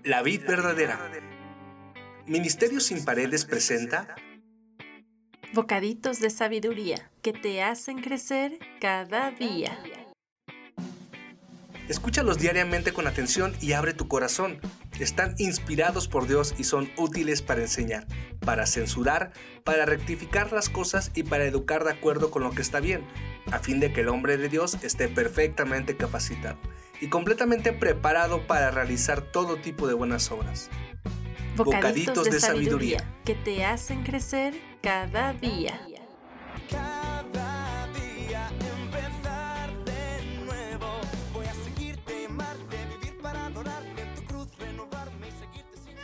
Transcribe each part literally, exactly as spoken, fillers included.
La vid verdadera. Ministerio sin paredes presenta Bocaditos de sabiduría que te hacen crecer cada día. Escúchalos diariamente con atención y abre tu corazón. Están inspirados por Dios y son útiles para enseñar, para censurar, para rectificar las cosas y para educar de acuerdo con lo que está bien, a fin de que el hombre de Dios esté perfectamente capacitado y completamente preparado para realizar todo tipo de buenas obras. Bocaditos, Bocaditos de, de sabiduría, sabiduría que te hacen crecer cada día. Cada día empezar de nuevo. Voy a seguirte, amarte, vivir para adorarte, en tu cruz renovarme y seguirte sin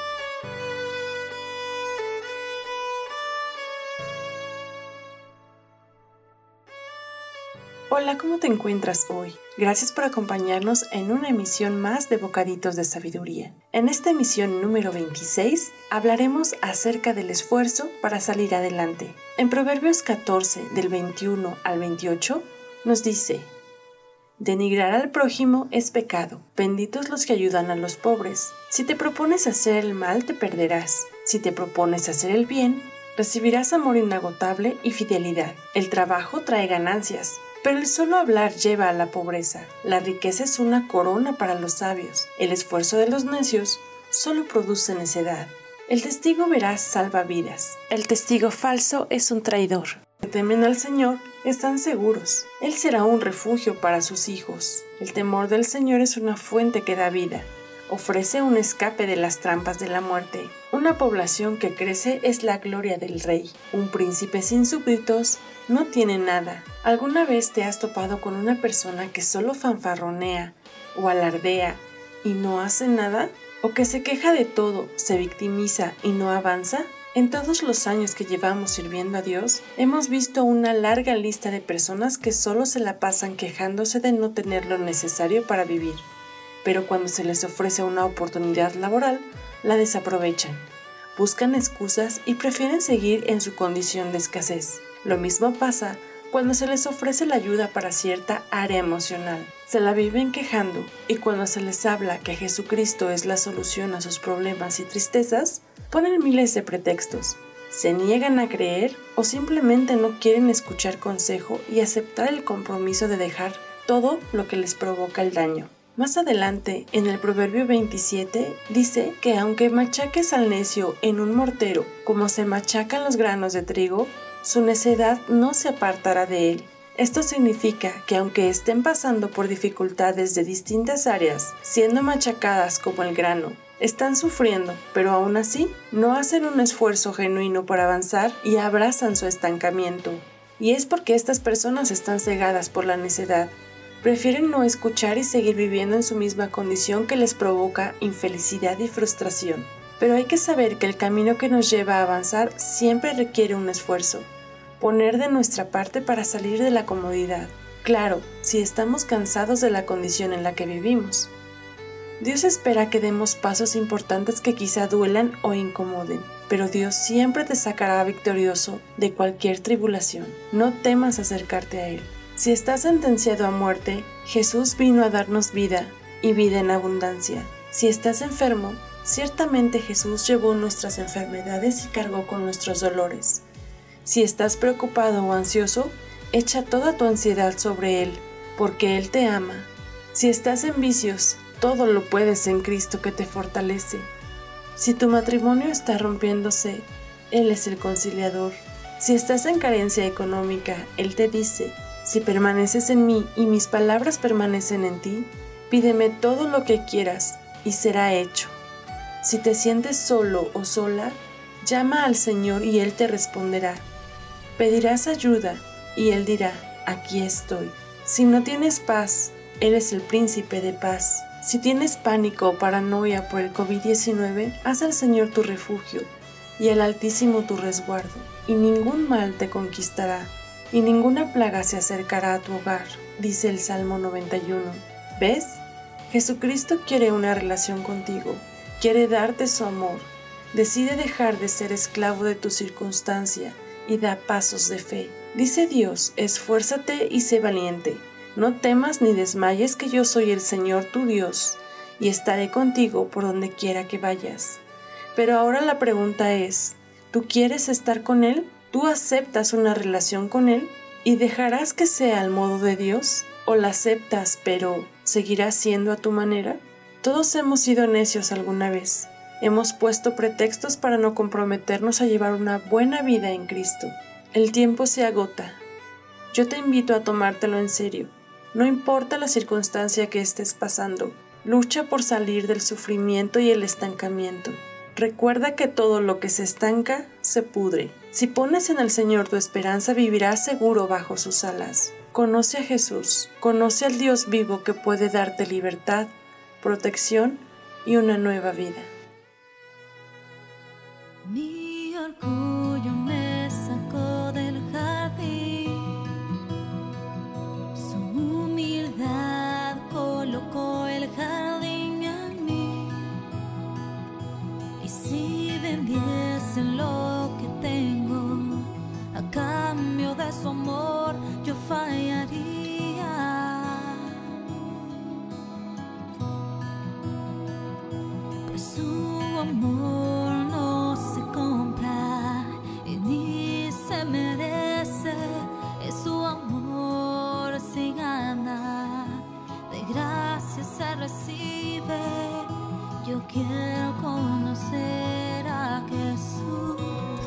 Hola, ¿cómo te encuentras hoy? Gracias por acompañarnos en una emisión más de Bocaditos de Sabiduría. En esta emisión número veintiséis hablaremos acerca del esfuerzo para salir adelante. En Proverbios catorce, del veintiuno al veintiocho, nos dice: denigrar al prójimo es pecado. Benditos los que ayudan a los pobres. Si te propones hacer el mal, te perderás. Si te propones hacer el bien, recibirás amor inagotable y fidelidad. El trabajo trae ganancias, pero el solo hablar lleva a la pobreza. La riqueza es una corona para los sabios. El esfuerzo de los necios solo produce necedad. El testigo veraz salva vidas. El testigo falso es un traidor. Los que temen al Señor están seguros. Él será un refugio para sus hijos. El temor del Señor es una fuente que da vida. Ofrece un escape de las trampas de la muerte. Una población que crece es la gloria del rey. Un príncipe sin súbditos no tiene nada. ¿Alguna vez te has topado con una persona que solo fanfarronea o alardea y no hace nada? ¿O que se queja de todo, se victimiza y no avanza? En todos los años que llevamos sirviendo a Dios, hemos visto una larga lista de personas que solo se la pasan quejándose de no tener lo necesario para vivir. Pero cuando se les ofrece una oportunidad laboral, la desaprovechan. Buscan excusas y prefieren seguir en su condición de escasez. Lo mismo pasa cuando se les ofrece la ayuda para cierta área emocional. Se la viven quejando, y cuando se les habla que Jesucristo es la solución a sus problemas y tristezas, ponen miles de pretextos. Se niegan a creer o simplemente no quieren escuchar consejo y aceptar el compromiso de dejar todo lo que les provoca el daño. Más adelante, en el Proverbio veintisiete, dice que aunque machaques al necio en un mortero, como se machacan los granos de trigo, su necedad no se apartará de él. Esto significa que aunque estén pasando por dificultades de distintas áreas, siendo machacadas como el grano, están sufriendo, pero aún así no hacen un esfuerzo genuino para avanzar y abrazan su estancamiento. Y es porque estas personas están cegadas por la necedad. Prefieren no escuchar y seguir viviendo en su misma condición que les provoca infelicidad y frustración. Pero hay que saber que el camino que nos lleva a avanzar siempre requiere un esfuerzo. Poner de nuestra parte para salir de la comodidad. Claro, si estamos cansados de la condición en la que vivimos. Dios espera que demos pasos importantes que quizá duelan o incomoden, pero Dios siempre te sacará victorioso de cualquier tribulación. No temas acercarte a Él. Si estás sentenciado a muerte, Jesús vino a darnos vida y vida en abundancia. Si estás enfermo, ciertamente Jesús llevó nuestras enfermedades y cargó con nuestros dolores. Si estás preocupado o ansioso, echa toda tu ansiedad sobre Él, porque Él te ama. Si estás en vicios, todo lo puedes en Cristo que te fortalece. Si tu matrimonio está rompiéndose, Él es el conciliador. Si estás en carencia económica, Él te dice: si permaneces en mí y mis palabras permanecen en ti, pídeme todo lo que quieras y será hecho. Si te sientes solo o sola, llama al Señor y Él te responderá. Pedirás ayuda y Él dirá: aquí estoy. Si no tienes paz, Él es el príncipe de paz. Si tienes pánico o paranoia por el covid diecinueve, haz al Señor tu refugio y al Altísimo tu resguardo, y ningún mal te conquistará, y ninguna plaga se acercará a tu hogar, dice el Salmo noventa y uno. ¿Ves? Jesucristo quiere una relación contigo, quiere darte su amor. Decide dejar de ser esclavo de tu circunstancia y da pasos de fe. Dice Dios: esfuérzate y sé valiente. No temas ni desmayes, que yo soy el Señor tu Dios, y estaré contigo por donde quiera que vayas. Pero ahora la pregunta es, ¿tú quieres estar con Él? ¿Tú aceptas una relación con Él? ¿Y dejarás que sea al modo de Dios? ¿O la aceptas pero seguirás siendo a tu manera? Todos hemos sido necios alguna vez. Hemos puesto pretextos para no comprometernos a llevar una buena vida en Cristo. El tiempo se agota. Yo te invito a tomártelo en serio. No importa la circunstancia que estés pasando, lucha por salir del sufrimiento y el estancamiento. Recuerda que todo lo que se estanca, se pudre. Si pones en el Señor tu esperanza, vivirás seguro bajo sus alas. Conoce a Jesús, conoce al Dios vivo que puede darte libertad, protección y una nueva vida. Mi orgullo me sacó del jardín, su humildad colocó el jardín en mí. Y si vendiesen lo que tengo a cambio de su amor, yo fallaría. Pues su amor no se compra y ni se merece, es su amor se gana, de gracia se recibe. Yo quiero conocer a Jesús.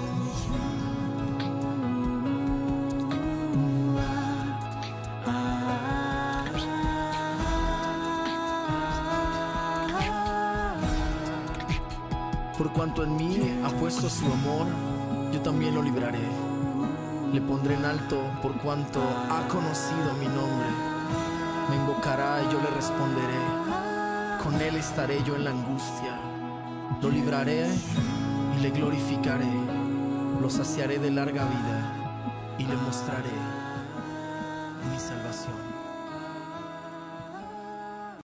Por cuanto en mí ha puesto su amor, yo también lo libraré. Le pondré en alto por cuanto ha conocido mi nombre. Me invocará y yo le responderé. Con él estaré yo en la angustia. Lo libraré y le glorificaré. Lo saciaré de larga vida y le mostraré mi salvación.